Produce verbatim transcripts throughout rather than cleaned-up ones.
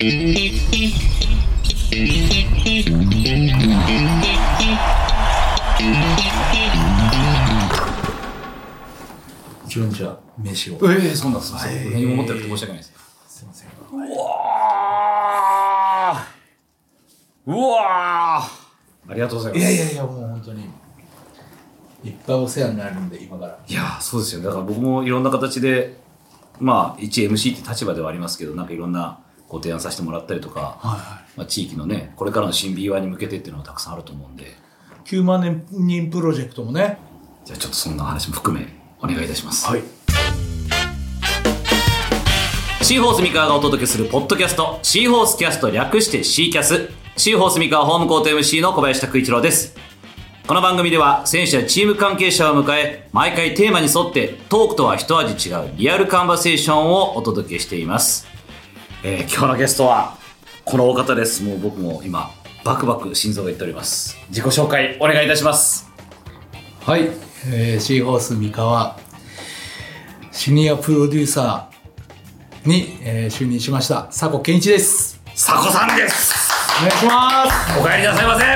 自分じゃ飯を。 ええー、そうなんですか。何も持ってなくて申し訳ないです。 すいません。 うわーうわーありがとうございます。 いやいやいや、もう本当にいっぱいお世話になるんで、今から。 いやそうですよ。だから僕もいろんな形で、まあ一 エムシー って立場ではありますけど、なんかいろんなご提案させてもらったりとか、はいはい、まあ、地域のね、これからの新 ビーワン に向けてっていうのはたくさんあると思うんで。 きゅうまんにんプロジェクトもね。 じゃあちょっとそんな話も含めお願いいたします。 はい。 シーホース三河がお届けするポッドキャスト、シーホースキャスト略して シーキャス。シーホース三河ホームコート エムシー の小林拓一郎です。この番組では選手やチーム関係者を迎え、毎回テーマに沿ってトークとは一味違うリアルカンバセーションをお届けしています。えー、今日のゲストはこのお方です。もう僕も今バクバク心臓がいっております。自己紹介お願いいたします。 はい、えー、シーホース三河シニアプロデューサーに、えー、就任しました佐古健一です。 佐古さんです。 お願いします。 お帰りなさいませ。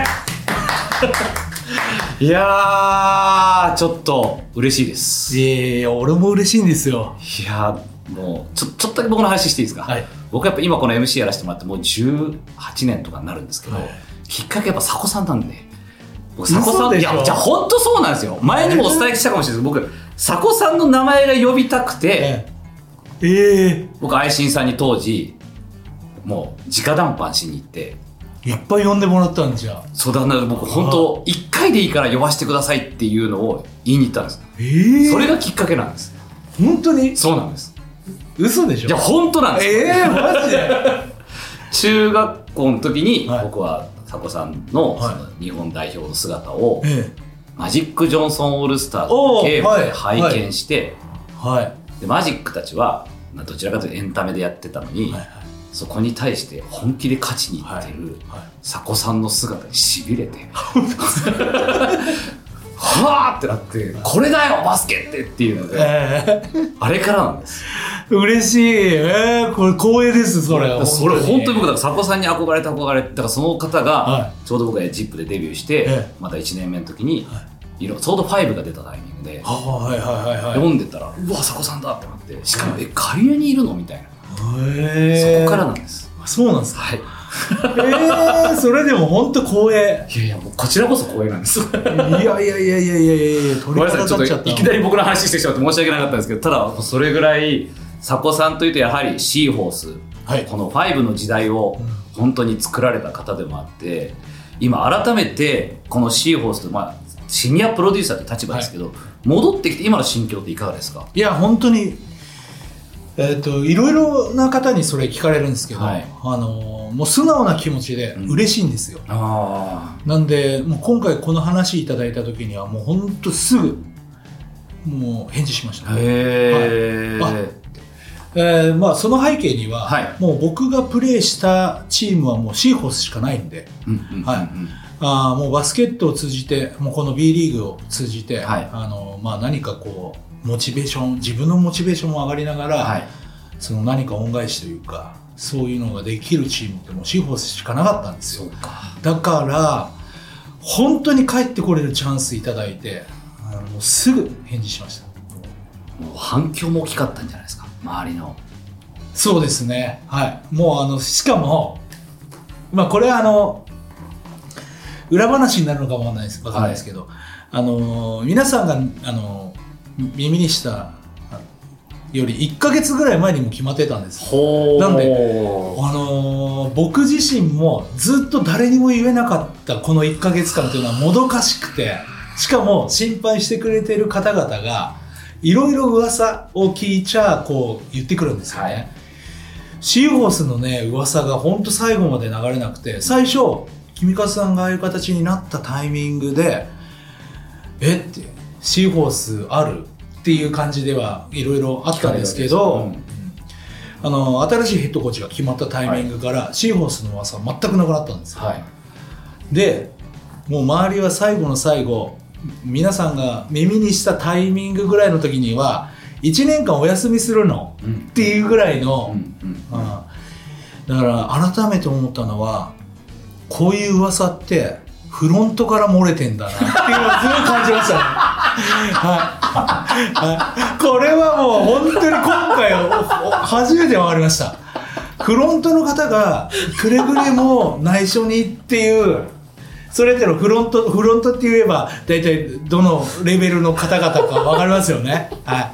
いやーちょっと嬉しいです。 いやいや俺も嬉しいんですよ。 いやもうちょ, ちょっとだけ僕の話していいですか。 はい、 僕やっぱ今この エムシー やらせてもらってもうじゅうはちねんとかになるんですけど、はい、きっかけやっぱ佐古さんなんで。僕佐古さん、いやじゃあ本当そうなんですよ。前にもお伝えしたかもしれないですけど、僕佐古さんの名前が呼びたくて、 えー、 僕愛心さんに当時もう直談判しに行っていっぱい呼んでもらったんじゃ。 そうだから僕本当いっかいでいいから呼ばせてくださいっていうのを言いに行ったんです。 えー、 それがきっかけなんです。 本当に？ そうなんです。 嘘でしょ？ いや本当なんです。 えー、マジで中学校の時に僕は佐古さん の, その日本代表の姿を、はい、マジック・ジョンソン・オールスターズのゲームで拝見して、はいはい、でマジックたちはどちらかというとエンタメでやってたのに、はいはい、そこに対して本気で勝ちにいってる佐古さんの姿にしびれて、はぁってなって、これだよバスケってっていうので、えー、あれからなんです。 嬉しい。えー、これ光栄です。それはそれ本当に僕だから佐古さんに憧れて憧れて、だからその方がちょうど僕が ジップ でデビューして、はい、またいちねんめの時に、はい、ちょうどファイブが出たタイミングで、 はいはいはいはい、 読んでたらうわ佐古さんだってなって、しかもえカリエにいるのみたいな、 へー、 そこからなんです。 そうなんですか。 はい。 えー、それでも本当光栄。 いやいやもうこちらこそ光栄なんです。いやいやいやいやいやいやいや、 鳥肌立っちゃった。いきなり僕の話してしまって申し訳なかったんですけど、ただそれぐらい佐古さんというとやはりシーホース、はい、このファイブの時代を本当に作られた方でもあって、今改めてこのシーホースと、まあ、シニアプロデューサーという立場ですけど、はい、戻ってきて今の心境っていかがですか？ いや本当に、えー、といろいろな方にそれ聞かれるんですけど、はい、あのもう素直な気持ちで嬉しいんですよ、うん、あなんでもう今回この話いただいた時にはもう本当すぐもう返事しました、ね。へー、はい、えーまあ、その背景には、はい、もう僕がプレーしたチームはもうシーホースしかないんで、あもうバスケットを通じてもうこの B リーグを通じて、はい、あのまあ、何かこうモチベーション自分のモチベーションも上がりながら、はい、その何か恩返しというかそういうのができるチームってもうシーホースしかなかったんですよ。かだから本当に帰ってこれるチャンスいただいてあのもうすぐ返事しました。 もう反響も大きかったんじゃないですか周りの。 そうですね、はい、もうあのしかも、まあ、これはあの裏話になるのかもわかんないです、わかんないですけど、はい、あの皆さんがあの耳にしたよりいっかげつぐらい前にも決まってたんです。なんで、あの僕自身もずっと誰にも言えなかったこのいっかげつかんというのはもどかしくて、しかも心配してくれている方々がいろいろ噂を聞いちゃこう言ってくるんですよね、はい、シーホースのね噂が本当最後まで流れなくて、最初君勝さんがああいう形になったタイミングでえってシーホースあるっていう感じではいろいろあったんですけど、うん、あの新しいヘッドコーチが決まったタイミングから、はい、シーホースの噂は全くなくなったんですよ、はい、でもう周りは最後の最後皆さんが耳にしたタイミングぐらいの時にはいちねんかんお休みするの、うん、っていうぐらいの、うんうんうん、 だから改めて思ったのは、こういう噂ってフロントから漏れてんだなっていうのをすごい感じましたね。はいはい、これはもう本当に今回初めて分かりました。フロントの方がくれぐれも内緒にっていう、それってのフロントフロントって言えば大体どのレベルの方々か分かりますよね。はい、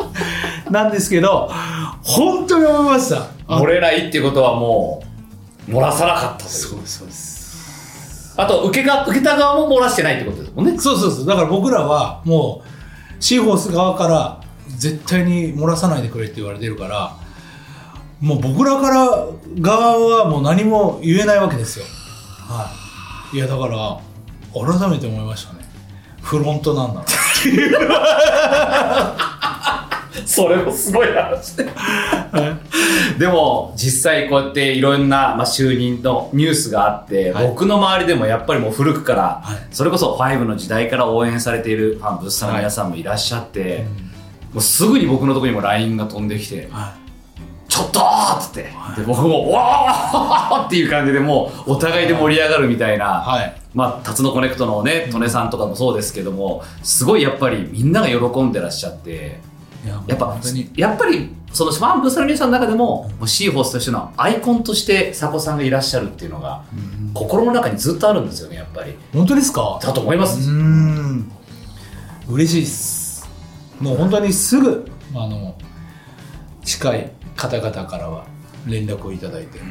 なんですけど本当に思いました。 漏れないっていうことはもう漏らさなかったという。 そうそうです。 あと受けが受けた側も漏らしてないってことですもんね。 そうそうそう。だから僕らはもうシーホース側から絶対に漏らさないでくれって言われてるから、もう僕らから側はもう何も言えないわけですよ。はい。いやだから改めて思いましたね。フロントなんだなっていう。 それもすごい話で。でも実際こうやっていろんな、まあ、就任のニュースがあって、はい、僕の周りでもやっぱりもう古くから、はい、それこそファイブの時代から応援されているファンブースターの皆さんもいらっしゃって、はい、もうすぐに僕のところにも ライン が飛んできて、はい、ちょっとーっつって、はい、で僕もわーっていう感じでもうお互いで盛り上がるみたいな、はい、まあ、タツノコネクトのね、利根さんとかもそうですけども、すごいやっぱりみんなが喜んでらっしゃって、やっぱやっぱりそのファンブースターの皆さんの中でも、もうシーホースとしてのアイコンとして佐古さんがいらっしゃるっていうのが、うん、心の中にずっとあるんですよね、やっぱり。 本当ですか？ だと思います。 うーん、嬉しいです。もう本当にすぐあの近い方々からは連絡をいただいて、はい、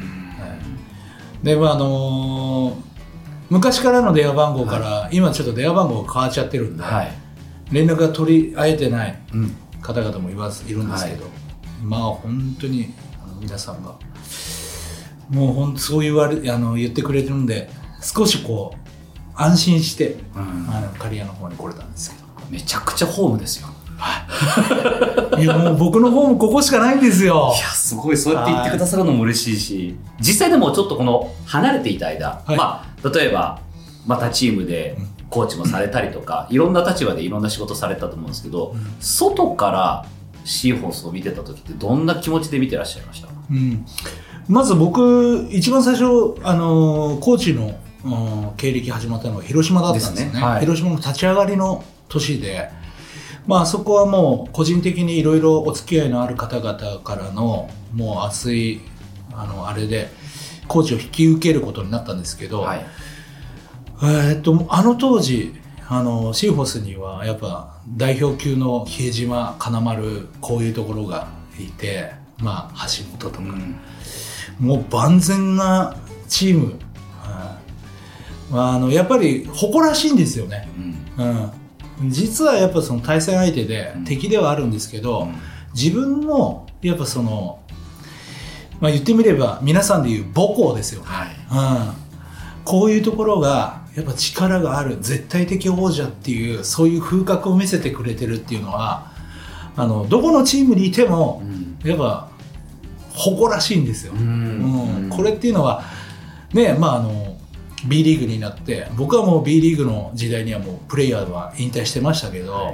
で、まああのー、昔からの電話番号から、はい、今ちょっと電話番号が変わっちゃってるんで、はい、連絡が取り合えてない、うん、方々もいますいるんですけど、はい、まあ本当にあの皆さんがもう本当そう言われあの言ってくれてるんで、少しこう安心して、うん、あの刈谷の方に来れたんですけど、 めちゃくちゃホームですよ。 いやもう僕のホームここしかないんですよ。 いやすごい、そうやって言ってくださるのも嬉しいし、実際でもちょっとこの離れていた間、はい、まあ例えばまたチームで、うん、コーチもされたりとか、いろんな立場でいろんな仕事されたと思うんですけど、うん、外からシーホースを見てた時ってどんな気持ちで見てらっしゃいました？ うん、まず僕一番最初あのコーチの、うん、経歴始まったのが広島だったんですね。ですね、はい、広島の立ち上がりの年で、まあそこはもう個人的にいろいろお付き合いのある方々からのもう熱いあのあれでコーチを引き受けることになったんですけど、はい、えー、っとあの当時あのシーホースにはやっぱ代表級の比江島、金丸、こういうところがいて、まあ橋本とか、うん、もう万全なチーム、うん、まあ、あのやっぱり誇らしいんですよね、うんうん、実はやっぱその対戦相手で敵ではあるんですけど、うん、自分もやっぱその、まあ、言ってみれば皆さんでいう母校ですよね、はい、うん、こういうところがやっぱ力がある絶対的王者っていうそういう風格を見せてくれてるっていうのは、あのどこのチームにいてもやっぱ誇らしいんですよ、うんうん、これっていうのはね、まああの B リーグになって、僕はもう B リーグの時代にはもうプレイヤーは引退してましたけど、はい、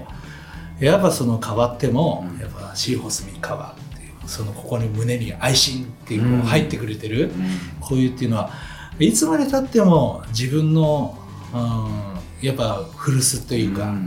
やっぱその変わってもやっぱシーホース三河っていうそのここに胸に愛心っていうのが入ってくれてる、うん、こういうっていうのはいつまでたっても自分の、うん、やっぱ古巣というか、うんうん、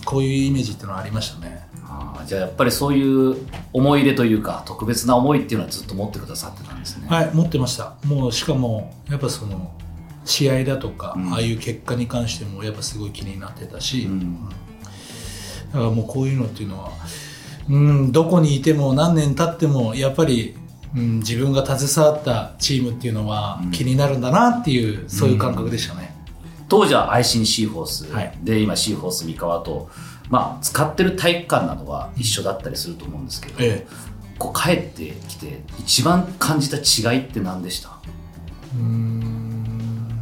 こういうイメージっていうのはありましたね。 あ、じゃあやっぱりそういう思い入れというか特別な思いっていうのはずっと持ってくださってたんですね。 はい、持ってました。もうしかもやっぱその試合だとか、うん、ああいう結果に関してもやっぱすごい気になってたし、うん、だからもうこういうのっていうのは、うん、どこにいても何年経ってもやっぱりうん、自分が携わったチームっていうのは気になるんだなっていう、うん、そういう感覚でしたね。 当時は愛心シーホース、はい、で今シーホース三河と、まあ、使ってる体育館などは一緒だったりすると思うんですけど、ええ、こう帰ってきて一番感じた違いって何でした？ うーん、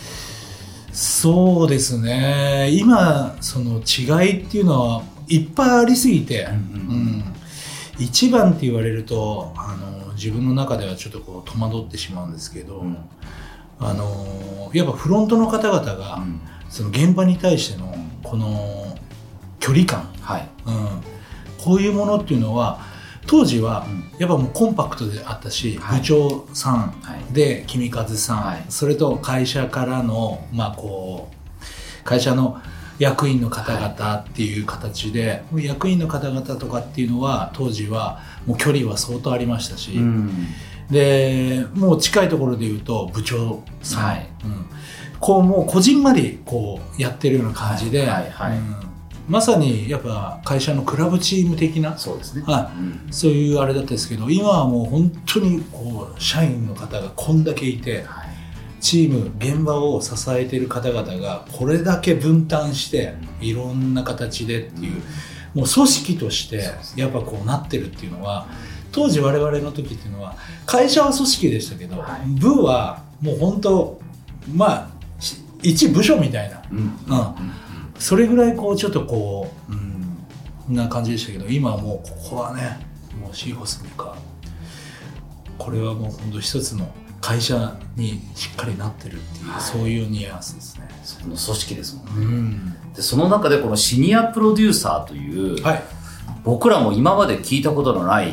そうですね、今その違いっていうのはいっぱいありすぎて、うんうんうん、一番って言われるとあの自分の中ではちょっとこう戸惑ってしまうんですけど、うん、あのやっぱフロントの方々が、うん、その現場に対してのこの距離感、はい、うん、こういうものっていうのは当時はやっぱもうコンパクトであったし、 はい、 部長さんで君和さん、はい、それと会社からの、まあ、こう会社の役員の方々っていう形で、はい、役員の方々とかっていうのは当時はもう距離は相当ありましたし、うん、でもう近いところで言うと部長さん、はい、うん、こうもうこじんまりこうやってるような感じで、はいはいはい、うん、まさにやっぱ会社のクラブチーム的な、そうですね、はい、うん、そういうあれだったんですけど、今はもう本当にこう社員の方がこんだけいて、はい、チーム現場を支えている方々がこれだけ分担していろんな形でっていう、もう組織としてやっぱこうなってるっていうのは、当時我々の時っていうのは会社は組織でしたけど、部はもう本当まあ一部署みたいな、うんうん、それぐらいこうちょっとこう、うん、な感じでしたけど、今はもうここはね、もうシーホスミカ、これはもう本当一つの会社にしっかりなってるっていう、はい、そういうニュアンスですね。 その組織ですもんね、うん、でその中でこのシニアプロデューサーという、はい、僕らも今まで聞いたことのない、うん、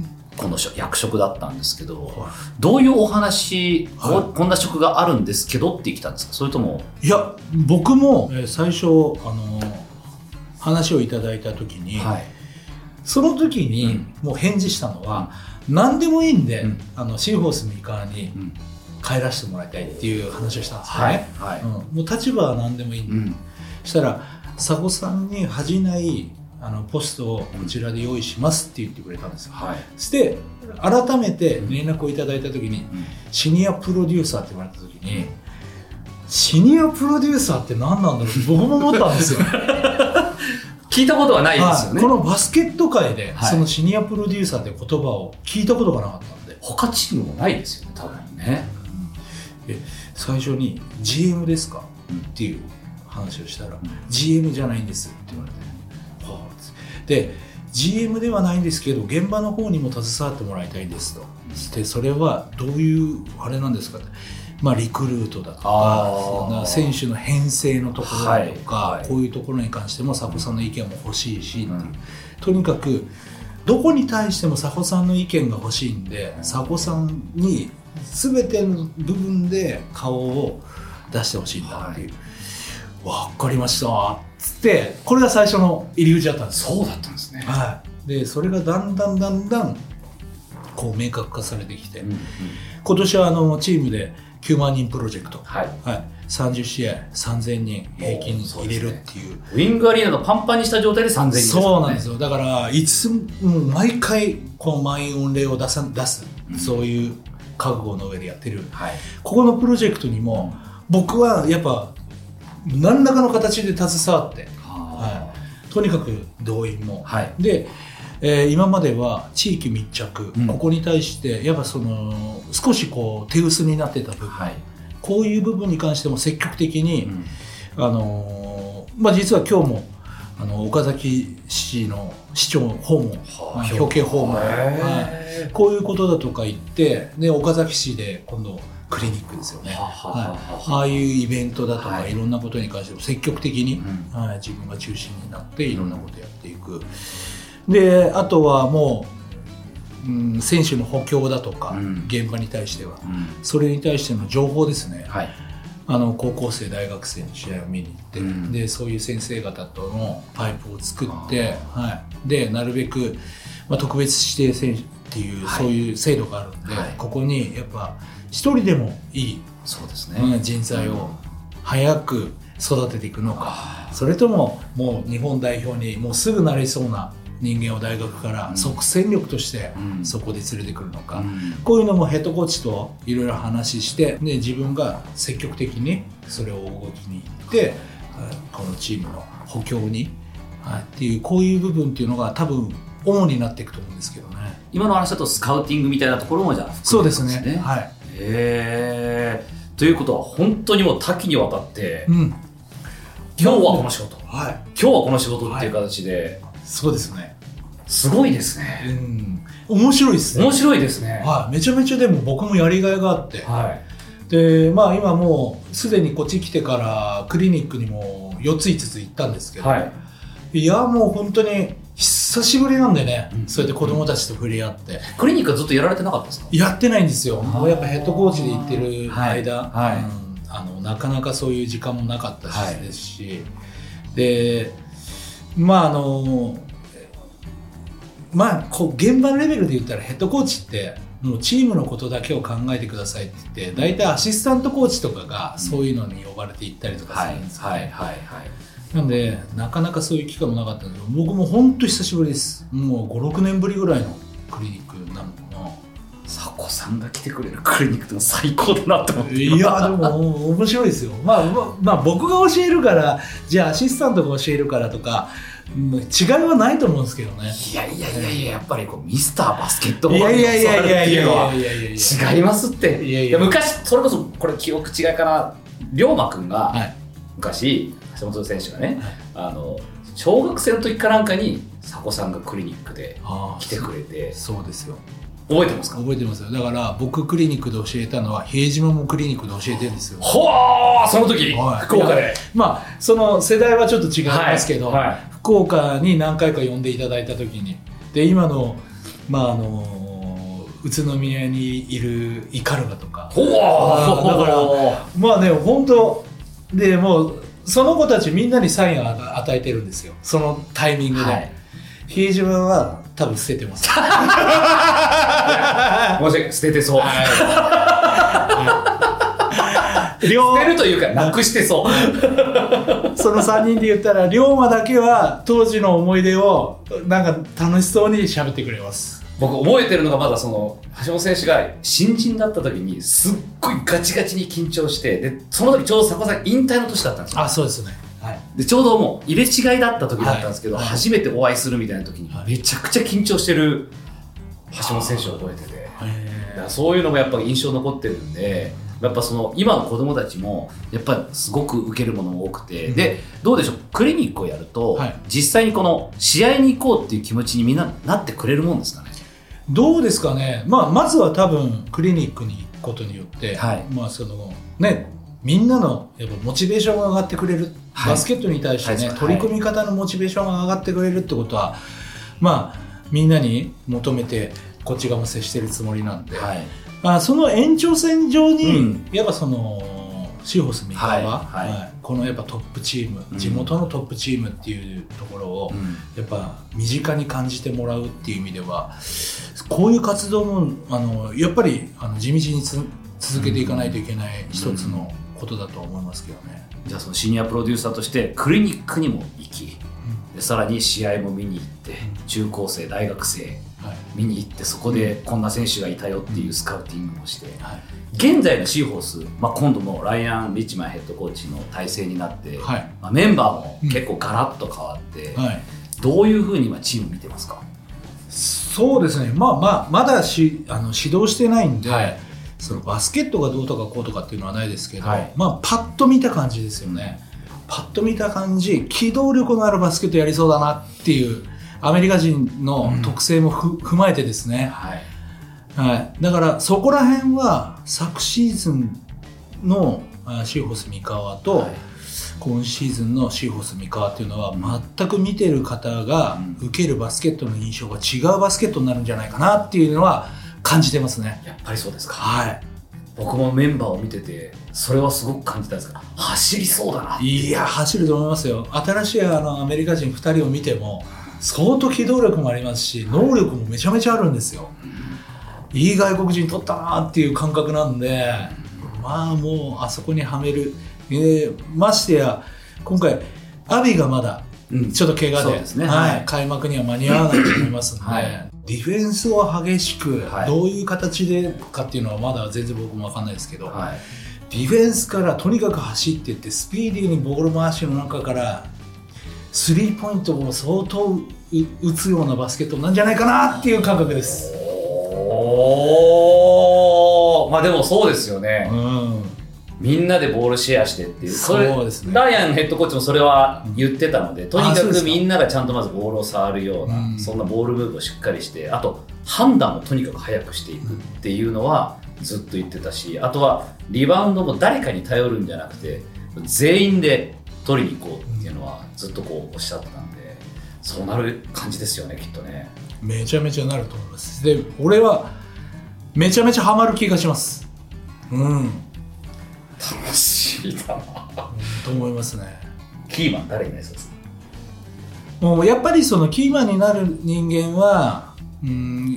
この役職だったんですけど、はい、どういうお話、はい、こんな職があるんですけどって来たんですか？それとも。 いや、僕も最初あの話をいただいた時に、はい、その時にもう返事したのは、うん、何でもいいんで、うん、あのシーホース三河に帰らせてもらいたいっていう話をしたんですよね、はいはい、うん、もう立場は何でもいいんで、うん、したら佐古さんに恥じないあのポストをこちらで用意しますって言ってくれたんですよ、はい、そして改めて連絡をいただいた時に、うん、シニアプロデューサーって言われた時に、シニアプロデューサーって何なんだろうって僕も思ったんですよ聞いたことはないですよね、 はい、このバスケット界で、はい、そのシニアプロデューサーって言葉を聞いたことがなかったんで、 他チームもないですよね、多分ね、 うん、え最初に ジーエム ですか、うん、っていう話をしたら、うん、ジーエム じゃないんですって言われて、はあ、で ジーエム ではないんですけど現場の方にも携わってもらいたいんですと、うん、でそれはどういうあれなんですかって、まあ、リクルートだとか選手の編成のところだとか、はいはい、こういうところに関しても佐古さんの意見も欲しいし、うん、とにかくどこに対しても佐古さんの意見が欲しいんで、佐古さんに全ての部分で顔を出してほしいんだっていう、はい、分かりましたっつって、これが最初の入り口だったんです。 そうだったんですね、 はい、でそれがだんだんだんだんこう明確化されてきて、うんうん、今年はあのチームできゅうまんにんプロジェクト、はいはい、さんじゅうしあいさんぜんにん平均入れるっていう、 ね、ウィングアリーナのパンパンにした状態でさんぜんにんですからね。 そうなんですよ。だからいつも毎回この満員御礼を出す、出す、うん、そういう覚悟の上でやってる、はい、ここのプロジェクトにも僕はやっぱ何らかの形で携わって、はい、とにかく動員も、はい、でえー、今までは地域密着、うん、ここに対してやっぱその少しこう手薄になってた部分、はい、こういう部分に関しても積極的に、うん、あのーまあ、実は今日もあの岡崎市の市長訪問、はあ、表敬訪問、はい、こういうことだとか言ってで岡崎市で今度クリニックですよね、はあはあ、ああいうイベントだとか、はい、いろんなことに関しても積極的に、うん、はい、自分が中心になっていろんなことをやっていく。であとはもう、うん、選手の補強だとか、うん、現場に対しては、うん、それに対しての情報ですね、はい、あの高校生大学生の試合を見に行って、うん、でそういう先生方とのパイプを作って、はい、でなるべく、まあ、特別指定選手っていう、はい、そういう制度があるんで、はい、ここにやっぱ一人でもいい、そうですね、うん、人材を早く育てていくのか、それとももう日本代表にもうすぐなれそうな人間を大学から即戦力としてそこで連れてくるのか、うん、こういうのもヘッドコーチといろいろ話して、で自分が積極的にそれを動きに行ってこのチームの補強に、はい、っていうこういう部分っていうのが多分主になっていくと思うんですけどね。 今の話だとスカウティングみたいなところもじゃあ含めてですね。そうですね、はい、 へー、ということは本当にもう多岐にわたって、うん、今日はこの仕事、はい、今日はこの仕事っていう形で、はい、そうですね。すごいですね。うん、 面白いですね。 面白いですね。 はい、めちゃめちゃでも僕もやりがいがあって、はい、でまあ今もうすでにこっち来てからクリニックにもよっついつつ行ったんですけど、はい、いやもう本当に久しぶりなんでね、 うん、 そうやって子供たちと触れ合って、 クリニックはずっとやられてなかったですか？ やってないんですよ。もうやっぱヘッドコーチで行ってる間、 はいはい、 うん、あのなかなかそういう時間もなかったし、はい、ですし、でまああのまあこう現場レベルで言ったらヘッドコーチってもうチームのことだけを考えてくださいって言って、大体アシスタントコーチとかがそういうのに呼ばれて行ったりとかするんですよね。 はいはいはいはい。 なんでなかなかそういう機会もなかったんですけど、僕も本当久しぶりです。もうご、ろくねんぶりぐらいのクリニックなのかな。 佐古さんが来てくれるクリニックって最高だなって思って。 いやでも面白いですよ。まあ、まあ、まあ僕が教えるからじゃあアシスタントが教えるからとか違いはないと思うんですけどね。 いやいやいやいや、やっぱりこうミスターバスケットボールに教わるっていうのは違いますって。いやいや昔それこそこれ記憶違いかな、龍馬くんが昔、はい、橋本選手がね、はい、あの小学生の時かなんかに佐古さんがクリニックで来てくれて。 そうですよ。 覚えてますか？ 覚えてますよ。だから僕クリニックで教えたのは比江島もクリニックで教えてるんですよ。 ほー、その時、はい、福岡で。 まあその世代はちょっと違いますけど、 はいはい、 福岡に何回か呼んでいただいた時に、で今のまああの宇都宮にいるイカルガとか、 ほー、 だからまあね本当でもうその子たちみんなにサインを与えてるんですよ。そのタイミングで。はい、比江島は多分捨ててます。申し訳ない、捨ててそう。捨てるというかなくしてそう。 そのさんにんで言ったら龍馬だけは当時の思い出をなんか楽しそうに喋ってくれます。 僕覚えてるのがまだその橋本選手が新人だった時にすっごいガチガチに緊張して、でその時ちょうど佐古さん引退の年だったんですよ。 あ、そうですね。はい、でちょうどもう入れ違いだった時だったんですけど、はい、初めてお会いするみたいな時にめちゃくちゃ緊張してる橋本選手を覚えてて、はい、だからそういうのもやっぱ印象残ってるんで、やっぱその今の子供たちもやっぱりすごく受けるものも多くて、うん、でどうでしょう、クリニックをやると、はい、実際にこの試合に行こうっていう気持ちにみんななってくれるもんですかね？ どうですかね。まあ、まずは多分クリニックに行くことによって、はい、まあそのねみんなのやっぱモチベーションが上がってくれる、はい、バスケットに対してね、はい、取り組み方のモチベーションが上がってくれるってことは、まあみんなに求めてこっち側も接してるつもりなんで、はい、まあ、その延長線上に、うん、やっぱそのシーホース三河、はいはいはい、このやっぱトップチーム、うん、地元のトップチームっていうところを、うん、やっぱ身近に感じてもらうっていう意味では、こういう活動もあのやっぱりあの地道につ続けていかないといけない一つのことだと思いますけどね。 じゃあそのシニアプロデューサーとしてクリニックにも行き、うん、でさらに試合も見に行って、うん、中高生大学生見に行って、そこでこんな選手がいたよっていうスカウティングをして、うん、はい、現在のシーホース、まあ、今度もライアン・リッチマンヘッドコーチの体制になって、はい、まあ、メンバーも結構ガラッと変わって、うん、はい、どういうふうに今チーム見てますか？ そうですね、まあまあ、まだしあの指導してないんで、はい、そのバスケットがどうとかこうとかっていうのはないですけど、はい、まあ、パッと見た感じですよね。パッと見た感じ、機動力のあるバスケットやりそうだなっていうアメリカ人の特性もふ、うん、踏まえてですね、はいはい、だからそこら辺は昨シーズンのシーホース三河と、はい、今シーズンのシーホース三河っていうのは全く見てる方が受けるバスケットの印象が違うバスケットになるんじゃないかなっていうのは感じてますね。 やっぱりそうですか。 はい、 僕もメンバーを見ててそれはすごく感じたんですが、走りそうだなって。 いや走ると思いますよ。新しいあのアメリカ人ふたりを見ても相当機動力もありますし能力もめちゃめちゃあるんですよ、うん、いい外国人取ったなっていう感覚なんで、まあもうあそこにはめる、えー、ましてや今回アビがまだちょっと怪我 で,、うん、で、ね、はいはい、開幕には間に合わないと思いますので、はい、ディフェンスを激しくどういう形でかっていうのはまだ全然僕も分かんないですけど、はい、ディフェンスからとにかく走っていってスピーディーにボール回しの中からスリーポイントを相当打つようなバスケットなんじゃないかなっていう感覚です。 おー、まあでもそうですよね、うん、みんなでボールシェアしてっていう、 そうですね、 ライアンヘッドコーチもそれは言ってたので、とにかくみんながちゃんとまずボールを触るような、うん、そんなボールムーブをしっかりして、あと判断をとにかく早くしていくっていうのはずっと言ってたし、あとはリバウンドも誰かに頼るんじゃなくて全員で取りに行こうっていうのはずっとこうおっしゃってたんで、 そうなる感じですよね、きっとね。 めちゃめちゃなると思います。で、俺はめちゃめちゃハマる気がします。うん。 楽しいだな。 と思いますね。 キーマン誰になりそうですか？ もうやっぱりそのキーマンになる人間は、うん、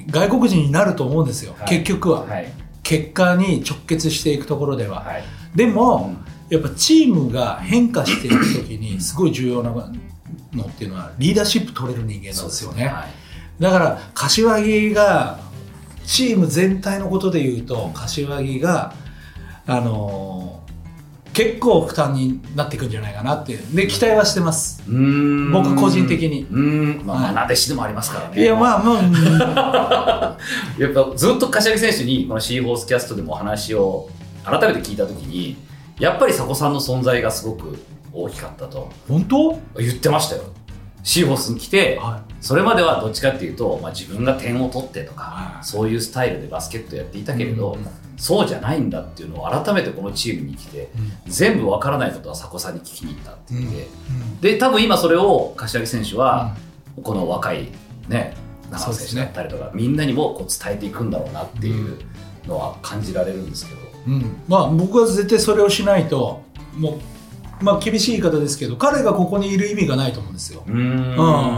外国人になると思うんですよ、はい、結局は、はい、結果に直結していくところでは、はい、でも、うん、やっぱチームが変化していくときにすごい重要なのっていうのはリーダーシップ取れる人間なんですよね、はい、だから柏木がチーム全体のことで言うと柏木があのー結構負担になっていくんじゃないかなっていうで期待はしてます。うーん僕個人的に。うーんまあ、まな弟子でもありますからね。 いやまあまあやっぱずっと柏木選手にこのシーホースキャストでもお話を改めて聞いたときにやっぱり佐古さんの存在がすごく大きかったと。 本当？ 言ってましたよ。シーホースに来て、はい、それまではどっちかっていうと、まあ、自分が点を取ってとか、はい、そういうスタイルでバスケットやっていたけれど、うん、そうじゃないんだっていうのを改めてこのチームに来て、うん、全部わからないことは佐古さんに聞きに行ったって言って、うんうん、で多分今それを柏木選手は、うん、この若いね長尾選手だったりとか、ね、みんなにもこう伝えていくんだろうなっていうのは感じられるんですけど、 うんまあ、僕は絶対それをしないともうまあ厳しい言い方ですけど彼がここにいる意味がないと思うんですよ。うーん、うん、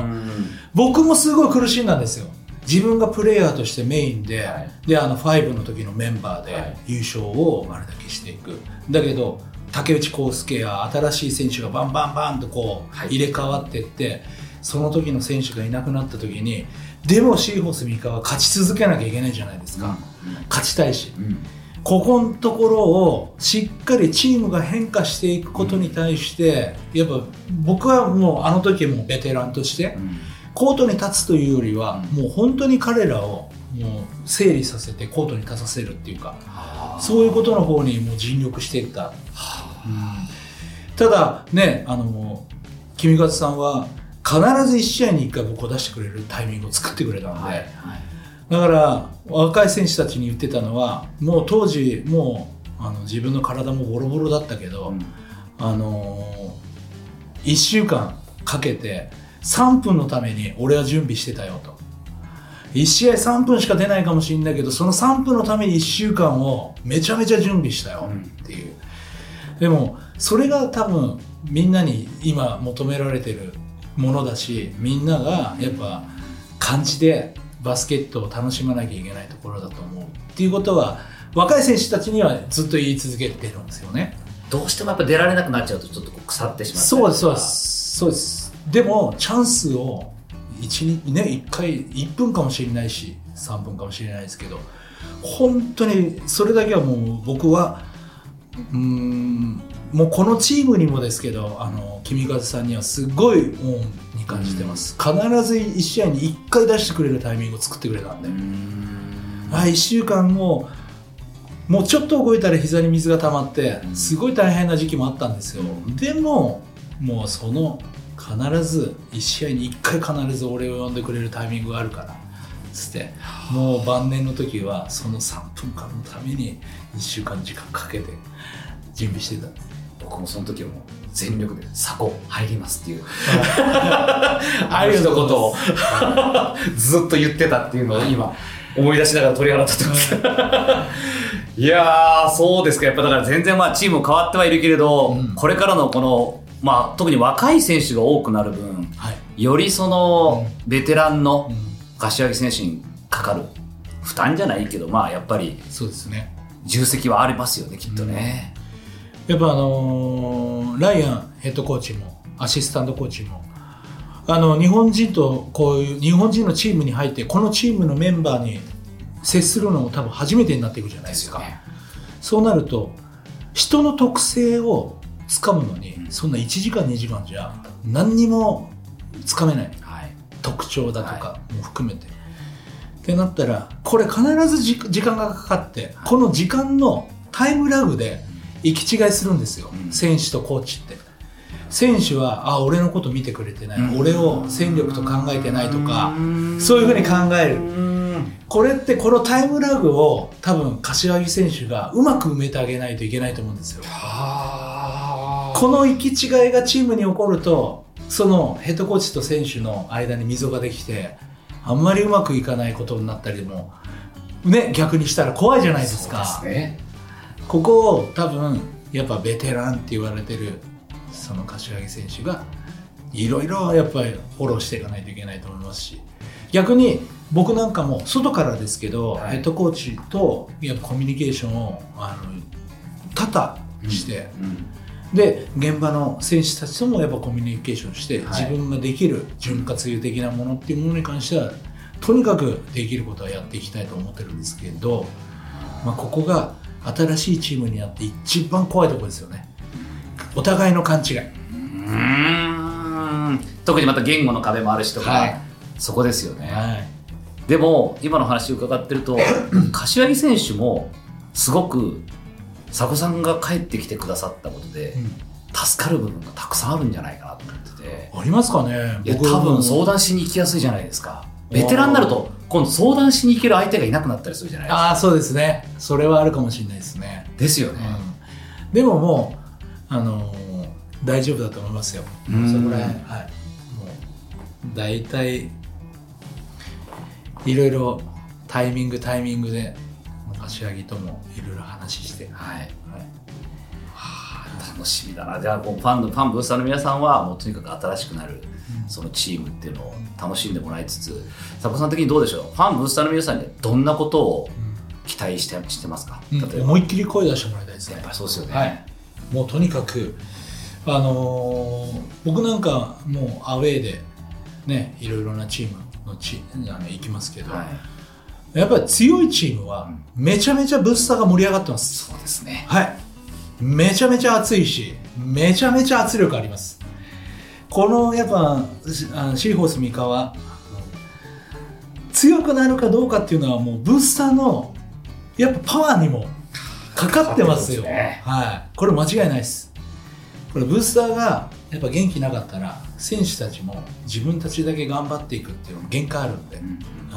僕もすごい苦しんだんですよ。自分がプレイヤーとしてメインで、はい、であのファイブの時のメンバーで優勝をあれだけしていく。だけど竹内康介や新しい選手がバンバンバンとこう入れ替わっていって、はい、その時の選手がいなくなった時にでもシーホース三河は勝ち続けなきゃいけないじゃないですか、うん、勝ちたいし、うん、ここのところをしっかりチームが変化していくことに対してやっぱ僕はもうあの時もベテランとしてコートに立つというよりはもう本当に彼らをもう整理させてコートに立たせるっていうかそういうことの方にもう尽力していった、うん、ただねあの君勝さんは必ずいち試合にいっかい僕を出してくれるタイミングを作ってくれたので、はいはい、だから若い選手たちに言ってたのはもう当時もうあの自分の体もボロボロだったけど、うん、あのー、いっしゅうかんかけてさんぷんのために俺は準備してたよと。いち試合さんぷんしか出ないかもしれないけどそのさんぷんのためにいっしゅうかんをめちゃめちゃ準備したよっていう、うん、でもそれが多分みんなに今求められてるものだしみんながやっぱ感じてバスケットを楽しまなきゃいけないところだと思うっていうことは若い選手たちにはずっと言い続けてるんですよね。 どうしてもやっぱ出られなくなっちゃうとちょっと腐ってしまったりそうですそうですそうです。でもチャンスをいち、ね、いっかいいっぷんかもしれないしさんぷんかもしれないですけど本当にそれだけはもう僕はうーんもうこのチームにもですけどあの君和さんにはすごい恩に感じてます、うん、必ずいち試合にいっかい出してくれるタイミングを作ってくれたんでうんあいっしゅうかんももうちょっと動いたら膝に水が溜まってすごい大変な時期もあったんですよ、うん、でももうその必ずいち試合にいっかい必ず俺を呼んでくれるタイミングがあるからつってもう晩年の時はそのさんぷんかんのためにいっしゅうかん時間かけて準備してた。 僕もその時はもう全力で佐古入りますっていうありがとうことをずっと言ってたっていうのを今思い出しながら鳥肌立ってますいやーそうですか。やっぱだから全然まあチーム変わってはいるけれど、うん、これからのこのまあ特に若い選手が多くなる分、はい、よりそのベテランの柏木選手にかかる負担じゃないけどまあやっぱりそうですね重責はありますよねきっとね、 うん、やっぱあのー、ライアンヘッドコーチもアシスタントコーチもあの日本人とこういう日本人のチームに入ってこのチームのメンバーに接するのも多分初めてになっていくじゃないですか。ですよね。そうなると人の特性をつかむのに、うん、そんないちじかんにじかんじゃ何にもつかめない、はい、特徴だとかも含めて、はい、ってなったらこれ必ずじ時間がかかって、はい、この時間のタイムラグで行き違いするんですよ、うん、選手とコーチって。選手はあ俺のこと見てくれてない、うん、俺を戦力と考えてないとか、うん、そういうふうに考える、うん、これってこのタイムラグを多分柏木選手がうまく埋めてあげないといけないと思うんですよ。この行き違いがチームに起こるとそのヘッドコーチと選手の間に溝ができてあんまりうまくいかないことになったりもね、逆にしたら怖いじゃないですか。 そうですね。 ここを多分やっぱベテランって言われてるその柏木選手がいろいろやっぱりフォローしていかないといけないと思いますし、逆に僕なんかも外からですけど、はい、ヘッドコーチとやっぱコミュニケーションをあの多々して、うんうんで現場の選手たちともやっぱコミュニケーションして、はい、自分ができる潤滑油的なものっていうものに関してはとにかくできることはやっていきたいと思ってるんですけど、まあ、ここが新しいチームになって一番怖いところですよね。お互いの勘違い。うーん、特にまた言語の壁もあるしとか、はい、そこですよね、はい、でも今の話を伺ってると柏木選手もすごく佐古さんが帰ってきてくださったことで、うん、助かる部分がたくさんあるんじゃないかなと思ってて。 ありますかね。 いや多分相談しに行きやすいじゃないですか。ベテランになると今度相談しに行ける相手がいなくなったりするじゃないですか。 ああそうですね。それはあるかもしれないですね。 ですよね、 うん、でももう、あのー、大丈夫だと思いますよ。そこら辺、はい、もう大体いろいろタイミングタイミングで柏木ともいろいろ話して、はいはい、 はあ、楽しみだな。じゃあこうファンのファンブースターの皆さんはもうとにかく新しくなる、うん、そのチームっていうのを楽しんでもらいつつ、佐古さん的にどうでしょう。ファンブースターの皆さんにはどんなことを期待して、うん、してますか。 例えば、うん、思いっきり声出してもらいたいですね。 やっぱりそうですよね、 はい、もうとにかく、あのー、僕なんかもうアウェーでねいろいろなチームのチあの行きますけど、はい、やっぱり強いチームはめちゃめちゃブースターが盛り上がってます。 そうですね。 はい。めちゃめちゃ熱いし、めちゃめちゃ圧力あります。このやっぱあのシーホース三河強くなるかどうかっていうのはもうブースターのやっぱパワーにもかかってますよ。ね、はい。これ間違いないです。これブースターがやっぱ元気なかったら選手たちも自分たちだけ頑張っていくっていうの限界あるんで、うんはい、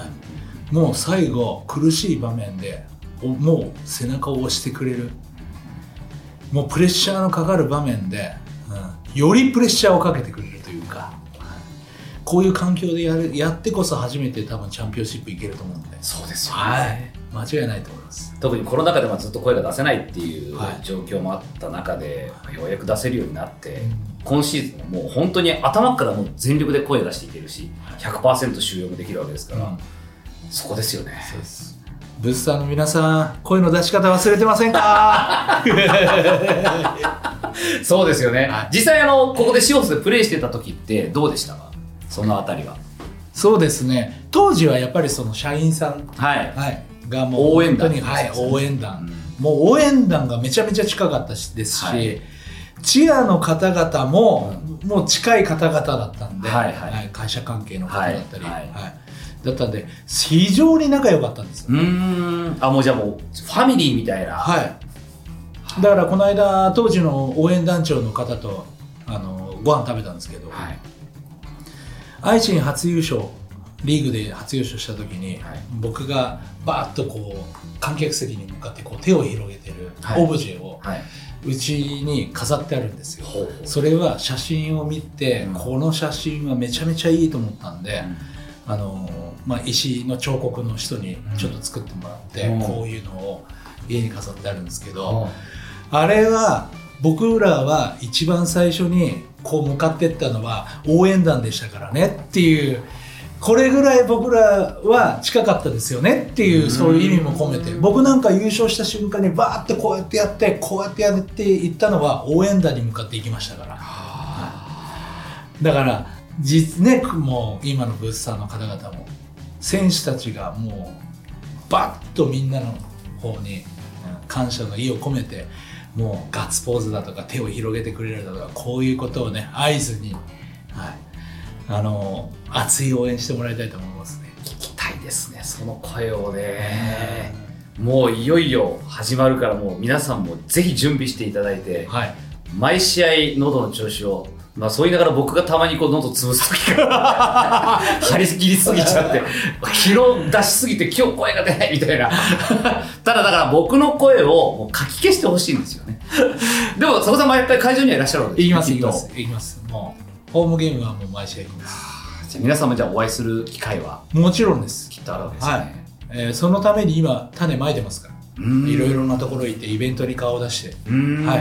もう最後苦しい場面でもう背中を押してくれる、もうプレッシャーのかかる場面で、うん、よりプレッシャーをかけてくれるというか、こういう環境でやるやってこそ初めて多分チャンピオンシップいけると思うんで。 そうですよね、 はい、間違いないと思います。 特にコロナ禍でもずっと声が出せないっていう状況もあった中で、はい、ようやく出せるようになって、うん、今シーズンもう本当に頭からもう全力で声出していけるし ひゃくパーセント 収容もできるわけですから、うん、そこですよね。 そうです。ブースターの皆さん、声の出し方忘れてませんか？ そうですよね、はい、実際あのここでシオスでプレーしてた時ってどうでしたか、そのあたりは。 そうですね、当時はやっぱりその社員さん、はいはい、がもう応援団、 はい、応援団、うん、もう応援団がめちゃめちゃ近かったしですし、はい、チアの方々も、うん、もう近い方々だったんで、はいはいはい、会社関係の方だったり、はいはいはい、だったんで非常に仲良かったんですよ、ね、うーん、あ、もうじゃあもうファミリーみたいな。 はい。だからこの間当時の応援団長の方とあのご飯食べたんですけど、はい、愛知に初優勝、リーグで初優勝した時に、はい、僕がバーッとこう観客席に向かってこう手を広げてるオブジェを、はいはい、うちに飾ってあるんですよ。それは写真を見て、うん、この写真はめちゃめちゃいいと思ったんで、うん、あのまあ、石の彫刻の人にちょっと作ってもらって、うん、こういうのを家に飾ってあるんですけど、うん、あれは僕らは一番最初にこう向かっていったのは応援団でしたからねっていう、これぐらい僕らは近かったですよねっていう、そういう意味も込めて、僕なんか優勝した瞬間にバーってこうやってやってこうやってやっていったのは応援団に向かっていきましたから、だから実ね、もう今のブースターの方々も選手たちがもうバッとみんなの方に感謝の意を込めて、もうガッツポーズだとか手を広げてくれるだとか、こういうことをね合図に、はい、あの熱い応援してもらいたいと思いますね。 聞きたいですね、その声をね。もういよいよ始まるから、もう皆さんもぜひ準備していただいて、はい、毎試合喉の調子を、まあ、そう言いながら僕がたまにこう喉潰す時が張り切りすぎちゃって昨日出しすぎて今日声が出ないみたいなただだから僕の声をもうかき消してほしいんですよね。でも佐古さん毎回会場にはいらっしゃるわけです。 行きます行きます行きます。もうホームゲームはもう毎試合行きます。 じゃあ皆さんもじゃあお会いする機会はもちろんです。 きっとあるわけですね。 はい、えー、そのために今種まいてますから。いろいろなところ行ってイベントに顔を出して、はい、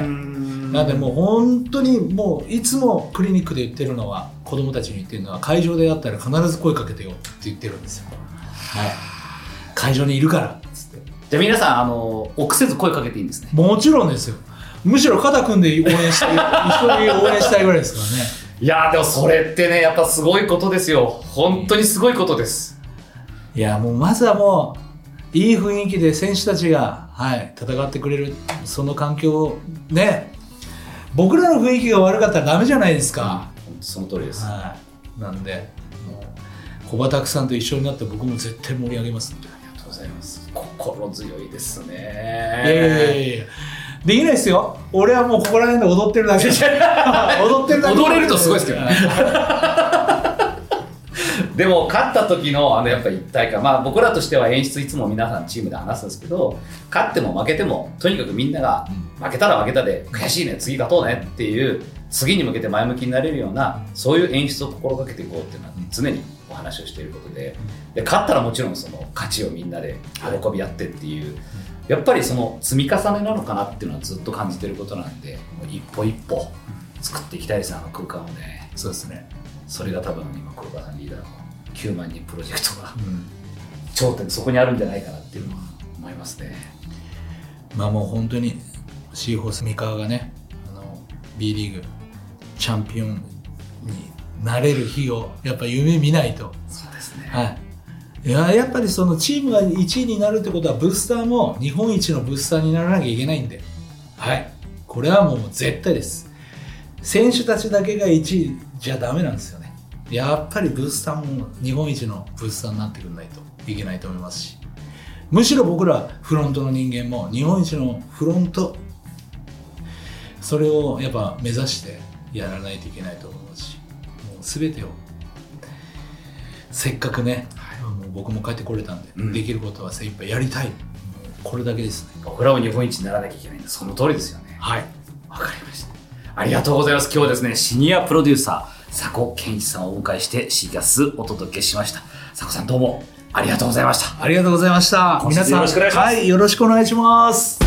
なんでもう本当にもういつもクリニックで言ってるのは、子供たちに言ってるのは、会場であったら必ず声かけてよって言ってるんですよ。はい、会場にいるからっつって。 じゃあ皆さん、あの臆せず声かけていいんですね。 もちろんですよ。むしろ肩組んで応援したい一緒に応援したいぐらいですからね。 いやーでもそれってね、やっぱすごいことですよ。本当にすごいことです。 いやもうまずはもういい雰囲気で選手たちが、はい、戦ってくれる、その環境をね、僕らの雰囲気が悪かったらダメじゃないですか。 うん、その通りです。 はい、なんでもう小畑さんと一緒になって僕も絶対盛り上げますんで。 ありがとうございます。心強いですね。 いやいやいやいや、できないですよ。俺はもうここら辺で踊ってるだけ。踊ってるだけ。 踊れるとすごいですけどね。でも勝った時のあのやっぱり一体感、まあ僕らとしては演出いつも皆さんチームで話すんですけど、勝っても負けてもとにかくみんなが負けたら負けたで悔しいね、次勝とうねっていう、次に向けて前向きになれるようなそういう演出を心がけていこうっていうのは常にお話をしていることで、で勝ったらもちろんその勝ちをみんなで喜び合ってっていう、やっぱりその積み重ねなのかなっていうのはずっと感じてることなんで、もう一歩一歩作っていきたいですね、あの空間をね。 そうですね。 それが多分今黒川さんリーダーのきゅうまんにんプロジェクトが、うん、頂点そこにあるんじゃないかなっていうのは思いますね。 まあもう本当にシーホース三河がね、あの B リーグチャンピオンになれる日をやっぱ夢見ないと。 そうですね。 はい。いややっぱりそのチームがいちいになるってことは、ブースターも日本一のブースターにならなきゃいけないんで、はい。これはもう絶対です。選手たちだけがいちいじゃダメなんですよね。やっぱりブースターも日本一のブースターになってくれないといけないと思いますし、むしろ僕らフロントの人間も日本一のフロント、それをやっぱ目指してやらないといけないと思いますし、もう全てをせっかくね、はい、もう僕も帰ってこれたんで、うん、できることは精一杯やりたい、もうこれだけですね。 僕らも日本一にならなきゃいけないんで、その通りですよね。 はい、 わかりました。ありがとうございます。今日はですね、シニアプロデューサー佐古健一さんをお迎えしてシーキャスお届けしました。佐古さんどうもありがとうございました。 ありがとうございました。皆さんよろしくお願いします。はい、よろしくお願いします。